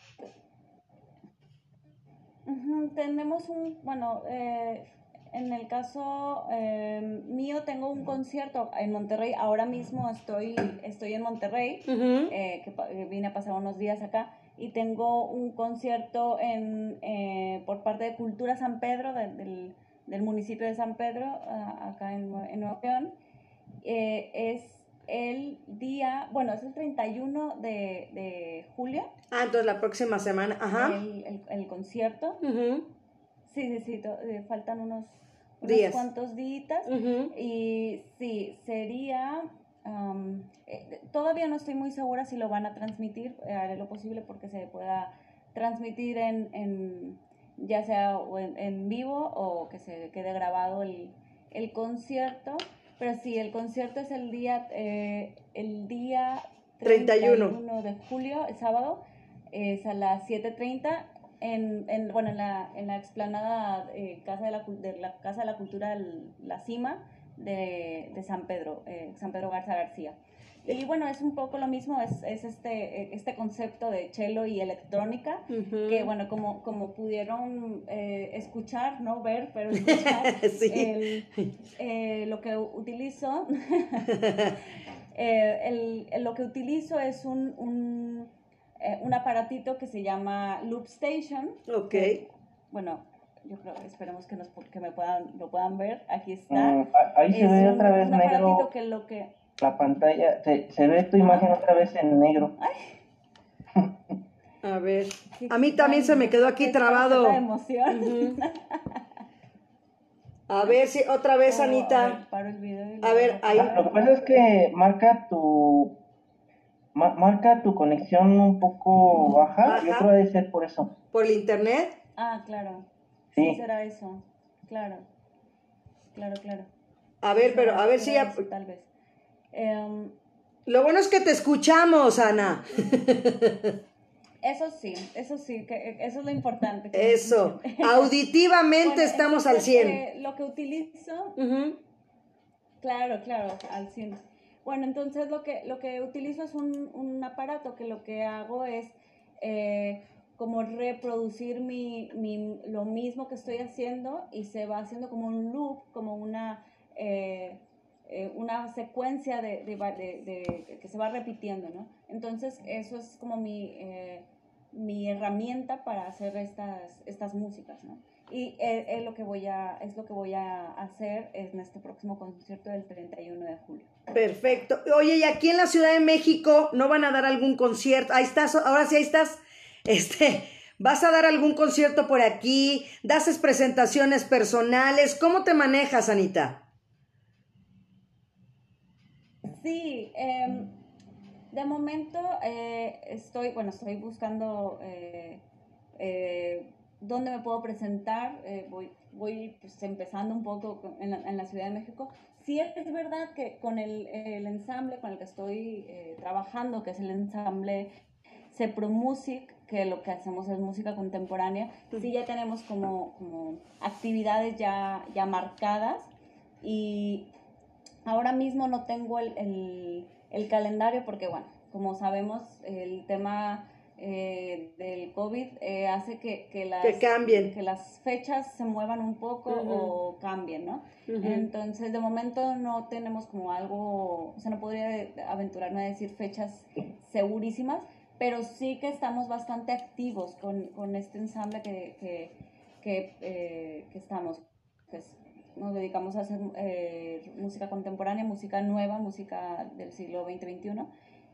uh-huh, tenemos un, bueno, eh, en el caso eh, mío tengo un concierto en Monterrey, ahora mismo estoy, estoy en Monterrey, uh-huh. eh, que, que vine a pasar unos días acá, y tengo un concierto en, eh, por parte de Cultura San Pedro, de, del, del municipio de San Pedro, uh, acá en, en Nuevo León. Eh, es el día, bueno, es el treinta y uno de, de julio. Ah, entonces la próxima semana, ajá. El, el, el concierto. Uh-huh. Sí, sí, sí, to, eh, faltan unos, unos días. cuantos días. Uh-huh. Y sí, sería, um, eh, todavía no estoy muy segura si lo van a transmitir, eh, haré lo posible porque se pueda transmitir en, en ya sea o en, en vivo o que se quede grabado el, el concierto. Pero sí, el concierto es el día, eh, el día treinta y uno de julio, el sábado, es a las siete treinta en, en, bueno, en la, en la explanada eh, Casa de la, de la Casa de la Cultura, La Cima de, de San Pedro, eh, San Pedro Garza García. Y bueno, es un poco lo mismo, es, es este, este concepto de cello y electrónica, uh-huh. que bueno, como, como pudieron eh, escuchar, no ver, pero escuchar, sí. el, eh, lo que utilizo, eh, el, el, lo que utilizo es un, un, eh, un aparatito que se llama Loop Station. Ok. Que, bueno, yo creo, esperemos que, nos, que me puedan, lo puedan ver, aquí está. Mm, ahí se es ve un, otra vez un negro. aparatito que lo que... La pantalla, se, se ve tu imagen otra vez en negro. Ay. A ver, a mí también se me quedó aquí trabado. La emoción. Uh-huh. A ver si otra vez, oh, Anita. A ver, paro el video y a ver, ahí. Lo que pasa es que marca tu ma, marca tu conexión un poco baja. Ajá. Yo creo que debe ser por eso. ¿Por el internet? Ah, claro. Sí, sí será eso. Claro. Claro, claro. A ver, pero a ver si ya. Eso, tal vez. Um, Lo bueno es que te escuchamos, Ana. Eso sí, eso sí, que eso es lo importante. Eso, auditivamente bueno, estamos entonces, al cien. Eh, lo que utilizo, uh-huh. claro, claro, al cien. Bueno, entonces lo que, lo que utilizo es un, un aparato que lo que hago es eh, como reproducir mi, mi, lo mismo que estoy haciendo y se va haciendo como un loop, como una... Eh, Eh, una secuencia de, de, de, de, que se va repitiendo, ¿no? Entonces, eso es como mi, eh, mi herramienta para hacer estas, estas músicas, ¿no? y es, es lo que voy a, es lo que voy a hacer en este próximo concierto del treinta y uno de julio. Perfecto. Oye, y aquí en la Ciudad de México, ¿no van a dar algún concierto? Ahí estás, ahora sí, ahí estás. Este, ¿vas a dar algún concierto por aquí? ¿Das presentaciones personales? ¿Cómo te manejas, Anita? Sí, eh, de momento eh, estoy, bueno, estoy buscando eh, eh, dónde me puedo presentar. Eh, voy, voy pues, empezando un poco en la, en la Ciudad de México. Sí, es verdad que con el, el ensamble con el que estoy eh, trabajando, que es el ensamble Cepro Music, que lo que hacemos es música contemporánea, sí ya tenemos como, como actividades ya, ya marcadas, y ahora mismo no tengo el, el, el calendario porque, bueno, como sabemos, el tema eh, del COVID eh, hace que, que, las, que cambien, que las fechas se muevan un poco uh-huh. o cambien, ¿no? Uh-huh. Entonces, de momento no tenemos como algo, o sea, no podría aventurarme a decir fechas segurísimas, pero sí que estamos bastante activos con, con este ensamble que, que, que, eh, que estamos, pues, nos dedicamos a hacer eh, música contemporánea, música nueva, música del siglo veinte veintiuno,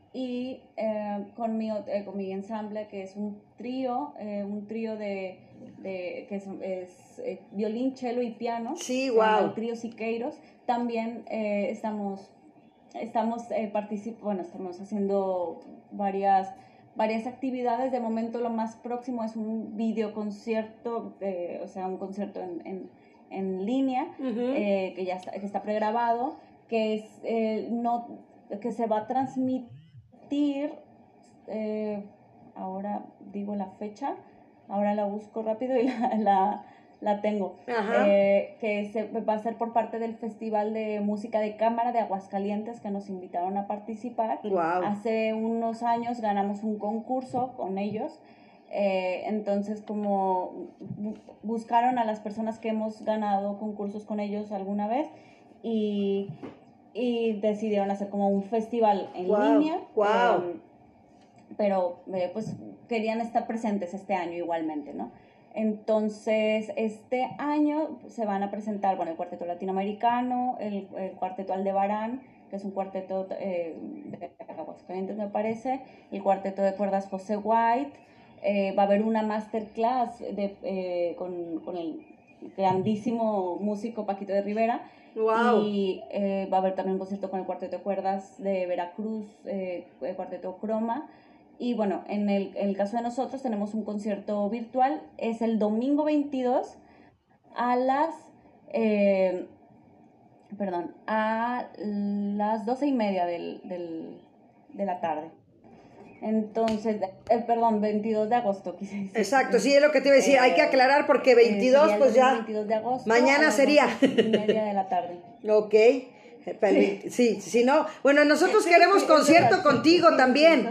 y eh, con, mi, eh, con mi ensamble, que es un trío, eh, un trío de, de que es, es eh, violín, cello y piano. Sí, wow. El trío Siqueiros. También eh, estamos, estamos eh, particip- bueno, estamos haciendo varias, varias actividades. De momento lo más próximo es un videoconcierto, eh, o sea, un concierto en, en en línea, uh-huh. eh, que ya está, que está pregrabado, que es eh, no que se va a transmitir, eh, ahora digo la fecha, ahora la busco rápido y la, la, la tengo, eh, que se va a ser por parte del Festival de Música de Cámara de Aguascalientes, que nos invitaron a participar. Wow. Hace unos años ganamos un concurso con ellos. Eh, entonces, como buscaron a las personas que hemos ganado concursos con ellos alguna vez, y, y decidieron hacer como un festival en wow, línea. Wow. Eh, pero eh, pues querían estar presentes este año igualmente, ¿no? Entonces, este año se van a presentar, bueno, el Cuarteto Latinoamericano, el, el Cuarteto Aldebarán, que es un cuarteto eh, de Aguascalientes, me parece, el Cuarteto de Cuerdas José White. Eh, va a haber una masterclass de, eh, con, con el grandísimo músico Paquito de Rivera. Wow. Y eh, va a haber también un concierto con el Cuarteto de Cuerdas de Veracruz, eh, el Cuarteto Croma. Y bueno, en el, en el caso de nosotros tenemos un concierto virtual, es el domingo veintidós a las, eh, perdón, a las doce y media del, del, de la tarde. Entonces, eh, perdón, veintidós de agosto, quise decir. Exacto, sí, es lo que te iba a decir, eh, hay que aclarar porque veintidós, eh, pues ya, veintidós de agosto, mañana sería. doce y media de la tarde. Ok, sí, sí, si no, bueno, nosotros queremos concierto contigo también.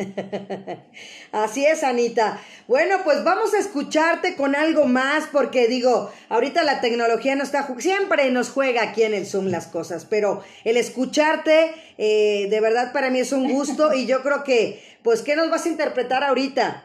Así es, Anita. Bueno, pues vamos a escucharte con algo más, porque digo, ahorita la tecnología no está, siempre nos juega aquí en el Zoom las cosas, pero el escucharte, eh, de verdad para mí es un gusto, y yo creo que, pues, ¿qué nos vas a interpretar ahorita?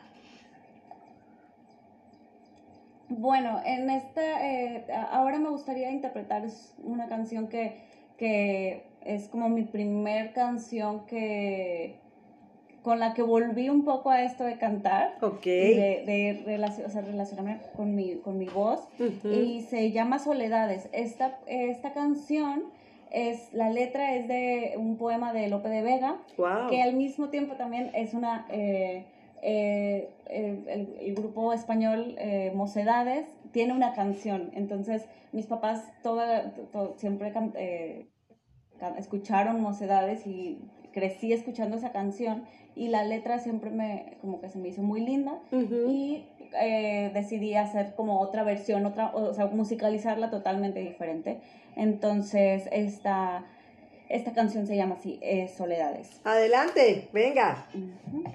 Bueno, en esta, eh, ahora me gustaría interpretar una canción que, que es como mi primer canción que con la que volví un poco a esto de cantar, okay. de, de relacion, o sea, relacionarme con mi, con mi voz, uh-huh. y se llama Soledades. Esta, esta canción, es, la letra es de un poema de Lope de Vega, wow. que al mismo tiempo también es una... Eh, eh, el, el, el grupo español eh, Mocedades tiene una canción, entonces mis papás toda, todo, siempre eh, escucharon Mocedades y crecí escuchando esa canción, y la letra siempre me, como que se me hizo muy linda, uh-huh. y eh, decidí hacer como otra versión, otra, o sea, musicalizarla totalmente diferente. Entonces esta, esta canción se llama así, eh, Soledades. Adelante, venga. Uh-huh.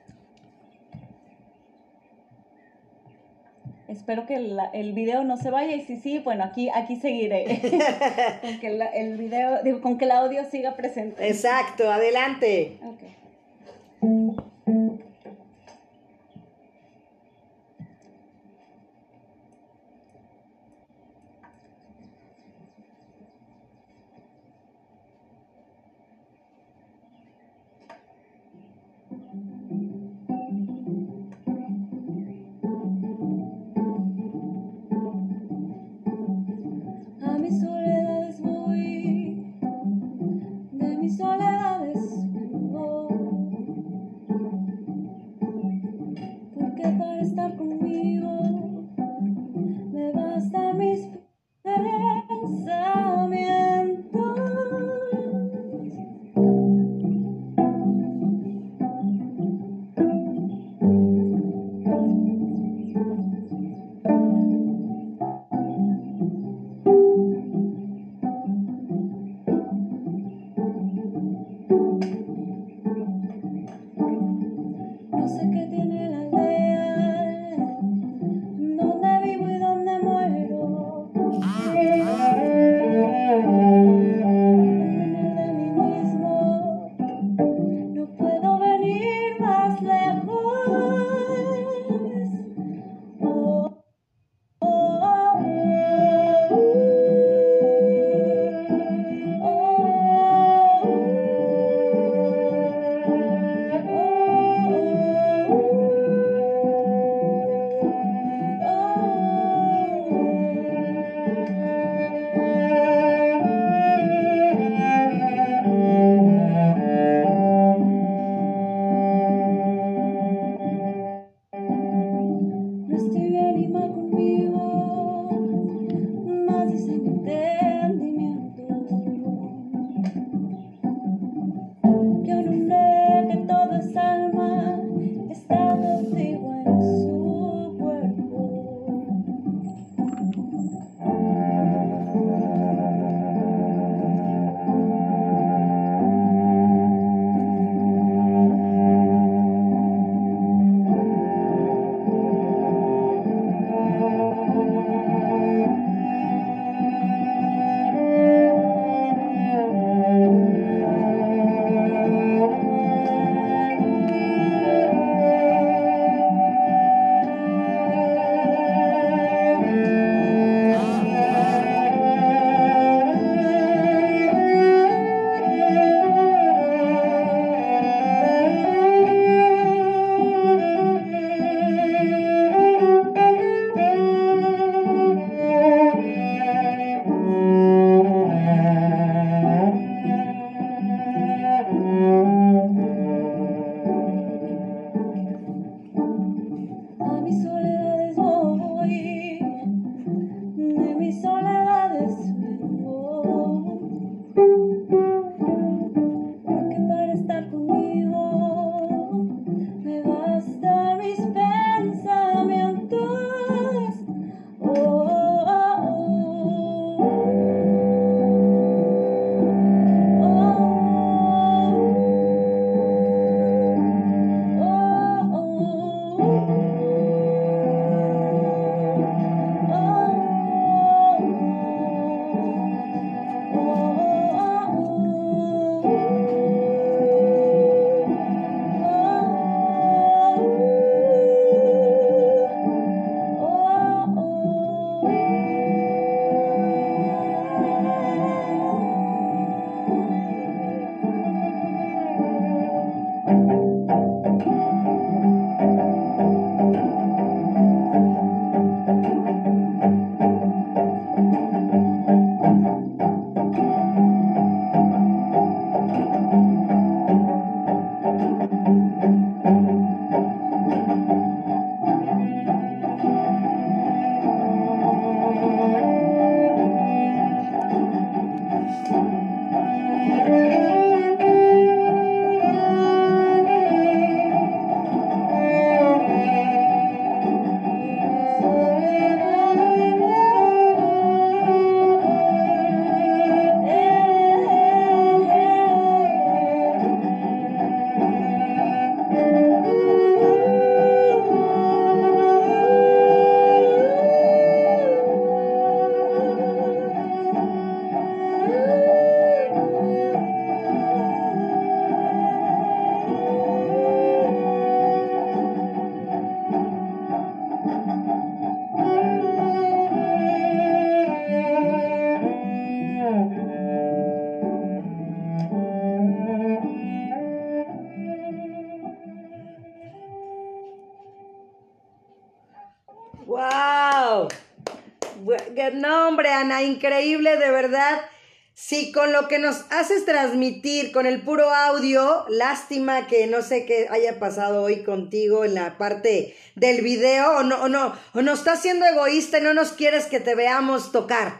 Espero que el, el video no se vaya, y si sí, bueno, aquí, aquí seguiré. Con que la, el video, digo, con que el audio siga presente. Exacto, adelante. Okay. que no, hombre, Ana, increíble, de verdad. Sí, con lo que nos haces transmitir, con el puro audio, lástima que no sé qué haya pasado hoy contigo en la parte del video, o no, o no, o nos estás siendo egoísta y no nos quieres que te veamos tocar.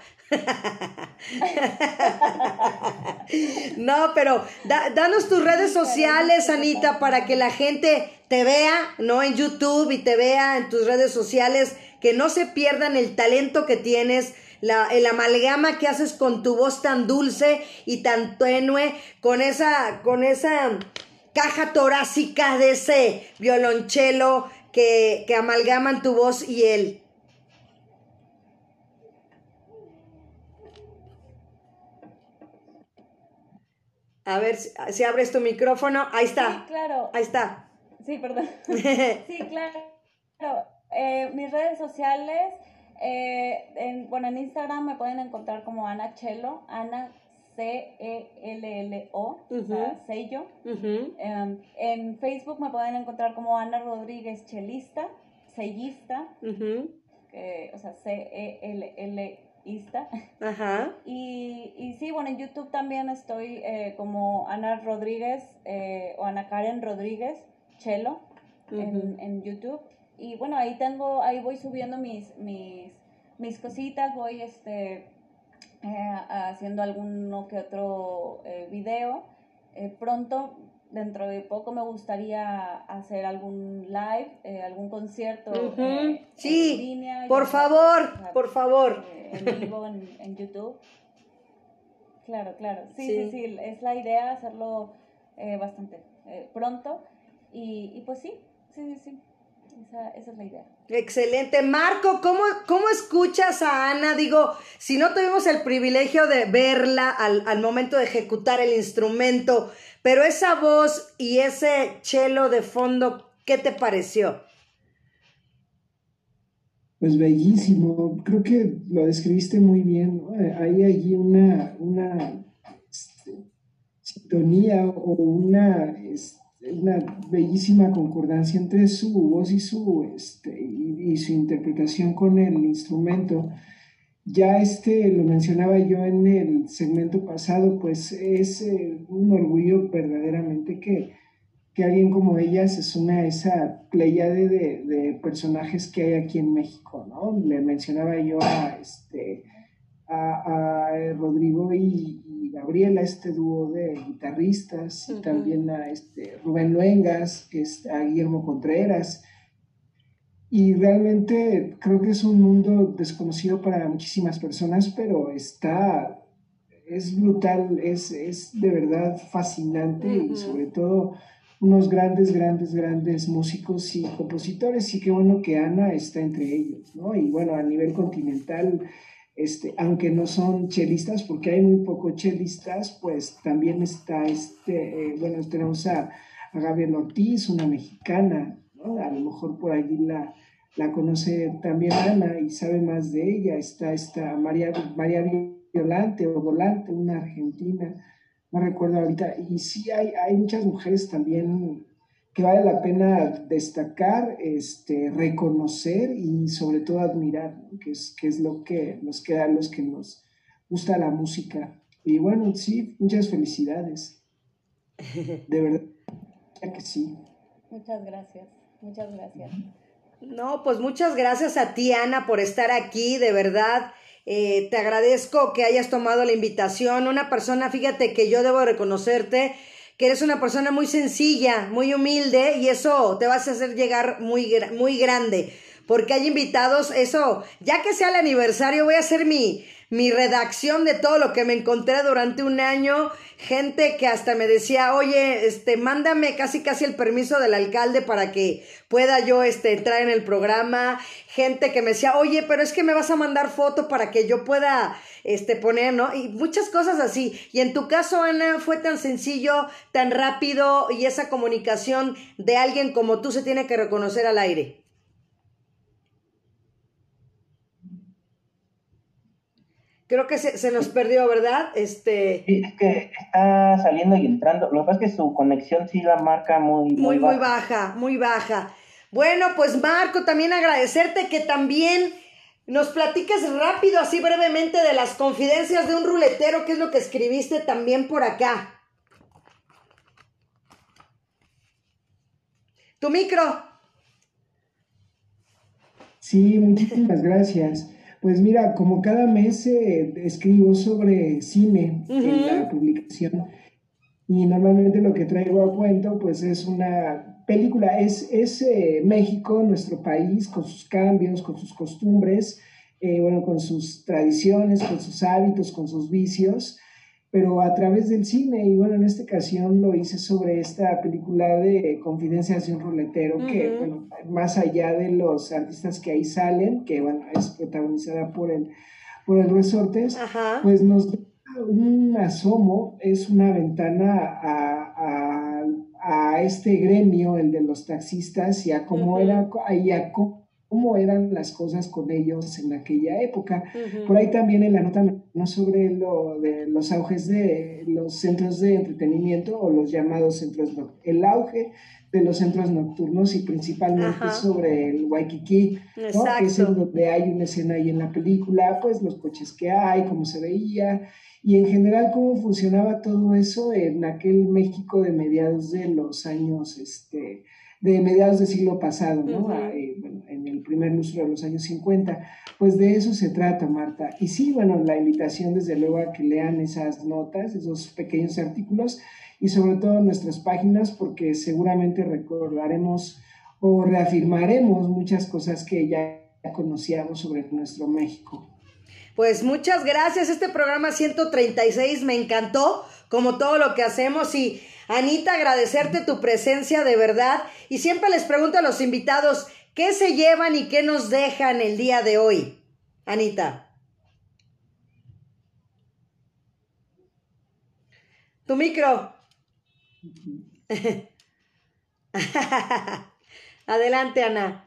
No, pero da, danos tus redes sociales, Anita, para que la gente te vea, ¿no? En YouTube y te vea en tus redes sociales, que no se pierdan el talento que tienes, la, el amalgama que haces con tu voz tan dulce y tan tenue, con esa, con esa caja torácica de ese violonchelo que, que amalgaman tu voz y él. A ver si, si abres tu micrófono. Ahí está. Sí, claro. Ahí está. Sí, perdón. Sí, claro. Eh, mis redes sociales, eh, en, bueno, en Instagram me pueden encontrar como Ana Chelo, Ana C E L L O, uh-huh. O sea, sello. Uh-huh. Um, en Facebook me pueden encontrar como Ana Rodríguez Chelista, sellista, uh-huh. que, o sea, C E L L Ista. Ajá. Y, y sí, bueno, en YouTube también estoy eh, como Ana Rodríguez eh, o Ana Karen Rodríguez Chelo, uh-huh. en, en YouTube. Y bueno, ahí tengo, ahí voy subiendo mis, mis, mis cositas, voy este, eh, haciendo alguno que otro eh, video. Eh, pronto, dentro de poco, me gustaría hacer algún live, eh, algún concierto uh-huh. eh, sí, en línea. por favor, o sea, por favor. Eh, en vivo en, en YouTube. Claro, claro. Sí, sí, sí, sí, es la idea hacerlo eh, bastante eh, pronto. Y, y pues sí, sí, sí, sí. Esa, esa es la idea. Excelente. Marco, ¿cómo, ¿cómo escuchas a Ana? Digo, si no tuvimos el privilegio de verla al, al momento de ejecutar el instrumento, pero esa voz y ese cello de fondo, ¿qué te pareció? Pues bellísimo. Creo que lo describiste muy bien, ¿no? Hay allí una, una este, sintonía o una... Este, una bellísima concordancia entre su voz y su, este, y, y su interpretación con el instrumento. Ya este, lo mencionaba yo en el segmento pasado, pues es eh, un orgullo verdaderamente que, que alguien como ella se sume a esa pléyade de, de personajes que hay aquí en México, ¿no? Le mencionaba yo a, este, a, a Rodrigo y, y Gabriela, este dúo de guitarristas, uh-huh. y también a este Rubén Luengas, este, a Guillermo Contreras, y realmente creo que es un mundo desconocido para muchísimas personas, pero está, es brutal, es, es de verdad fascinante, uh-huh. y sobre todo unos grandes, grandes, grandes músicos y compositores, y qué bueno que Ana está entre ellos, ¿no? Y bueno, a nivel continental, Este, aunque no son chelistas, porque hay muy pocos chelistas, pues también está, este, eh, bueno, tenemos a, a Gabriela Ortiz, una mexicana, ¿no? A lo mejor por allí la, la conoce también Ana y sabe más de ella. Está, está María, María Violante o Volante, una argentina, no recuerdo ahorita, y sí hay, hay muchas mujeres también que vale la pena destacar, este, reconocer y sobre todo admirar, ¿no? que, es, que es lo que nos queda a los que nos gusta la música. Y bueno, sí, muchas felicidades. De verdad que sí. Muchas gracias, muchas gracias. No, pues muchas gracias a ti, Ana, por estar aquí, de verdad. Eh, te agradezco que hayas tomado la invitación. Una persona, fíjate que yo debo reconocerte, que eres una persona muy sencilla, muy humilde, y eso te vas a hacer llegar muy, muy grande, porque hay invitados, eso, ya que sea el aniversario, voy a hacer mi, mi redacción de todo lo que me encontré durante un año, gente que hasta me decía, oye, este, mándame casi casi el permiso del alcalde para que pueda yo, este, entrar en el programa, gente que me decía, oye, pero es que me vas a mandar foto para que yo pueda, este, poner, ¿no? Y muchas cosas así. Y en tu caso, Ana, fue tan sencillo, tan rápido, y esa comunicación de alguien como tú se tiene que reconocer al aire. Creo que se, se nos perdió, ¿verdad? Este... Sí, es que está saliendo y entrando. Lo que pasa es que su conexión sí la marca muy, muy, muy baja. Muy baja, muy baja. Bueno, pues Marco, también agradecerte que también nos platiques rápido, así brevemente, de las confidencias de un ruletero, que es lo que escribiste también por acá. Tu micro. Sí, muchísimas gracias. Pues mira, como cada mes eh, escribo sobre cine Uh-huh. en la publicación y normalmente lo que traigo a cuento pues es una película, es, es eh, México, nuestro país, con sus cambios, con sus costumbres, eh, bueno, con sus tradiciones, con sus hábitos, con sus vicios, pero a través del cine. Y bueno, en esta ocasión lo hice sobre esta película de Confidencias de un ruletero, uh-huh. que bueno, más allá de los artistas que ahí salen, que bueno, es protagonizada por el, por el Resortes, uh-huh. pues nos da un asomo, es una ventana a, a, a este gremio, el de los taxistas, y a cómo, uh-huh. era, y a cómo cómo eran las cosas con ellos en aquella época. Uh-huh. Por ahí también en la nota no sobre lo de los auges de los centros de entretenimiento o los llamados centros nocturnos, el auge de los centros nocturnos y principalmente uh-huh. sobre el Waikiki, ¿no? Que es en donde hay una escena ahí en la película, pues los coches que hay, cómo se veía y en general cómo funcionaba todo eso en aquel México de mediados de los años, este, de mediados del siglo pasado, ¿no? Uh-huh. eh, bueno, en el primer lustro de los años cincuenta, pues de eso se trata, Marta. Y sí, bueno, la invitación desde luego a que lean esas notas, esos pequeños artículos y sobre todo nuestras páginas, porque seguramente recordaremos o reafirmaremos muchas cosas que ya conocíamos sobre nuestro México. Pues muchas gracias, este programa ciento treinta y seis me encantó, como todo lo que hacemos. Y Anita, agradecerte tu presencia de verdad, y siempre les pregunto a los invitados, ¿qué se llevan y qué nos dejan el día de hoy? Anita. Tu micro. Adelante, Ana.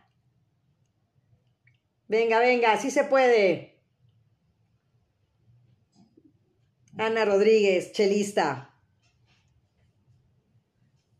Venga, venga, así se puede. Ana Rodríguez, chelista.